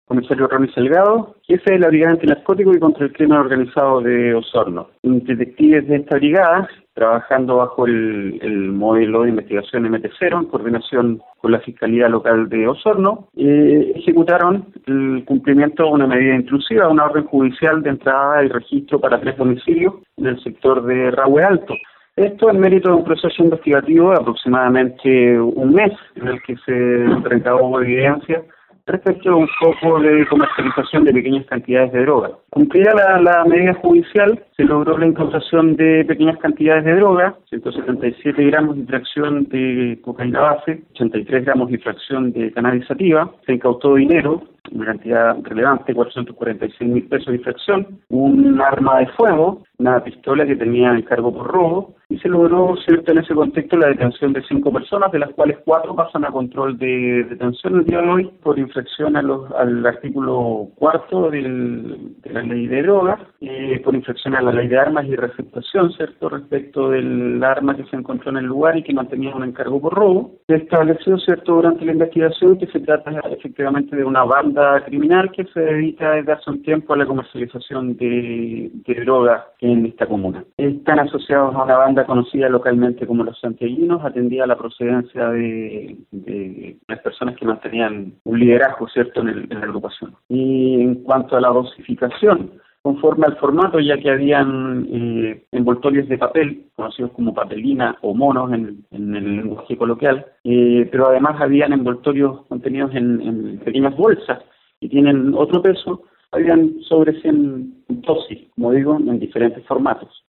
Comisario Ronnie Salgado, jefe de la Brigada Antinarcótico y contra el Crimen Organizado de Osorno. Detectives de esta brigada, trabajando bajo el modelo de investigación MT0, en coordinación con la Fiscalía Local de Osorno, ejecutaron el cumplimiento de una medida intrusiva, una orden judicial de entrada y registro para 3 domicilios en el sector de Rahue Alto. Esto en mérito de un proceso investigativo de aproximadamente un mes, en el que se recabó evidencia respecto a un foco de comercialización de pequeñas cantidades de droga. Cumplida la medida judicial, se logró la incautación de pequeñas cantidades de droga, 177 gramos y fracción de cocaína base, 83 gramos y fracción de cannabis sativa, se incautó dinero, una cantidad relevante, 446.000 pesos y fracción, un arma de fuego, una pistola que tenía encargo por robo, y se logró, cierto, en ese contexto la detención de 5 personas, de las cuales 4 pasan a control de detención el día de hoy por infracción al artículo 4 de la ley de drogas, por infracción a la ley de armas y receptación, cierto, respecto del arma que se encontró en el lugar y que mantenía un encargo por robo. Se estableció, cierto, durante la investigación que se trata efectivamente de una banda criminal que se dedica desde hace un tiempo a la comercialización de drogas en esta comuna. Están asociados a una banda conocida localmente como los santiaguinos, atendía a la procedencia de las personas que mantenían un liderazgo, cierto, en la agrupación. Y en cuanto a la dosificación, conforme al formato, ya que habían envoltorios de papel, conocidos como papelina o monos en el lenguaje coloquial, pero además habían envoltorios contenidos en pequeñas bolsas y tienen otro peso, habían sobre 100 dosis, como digo, en diferentes formatos.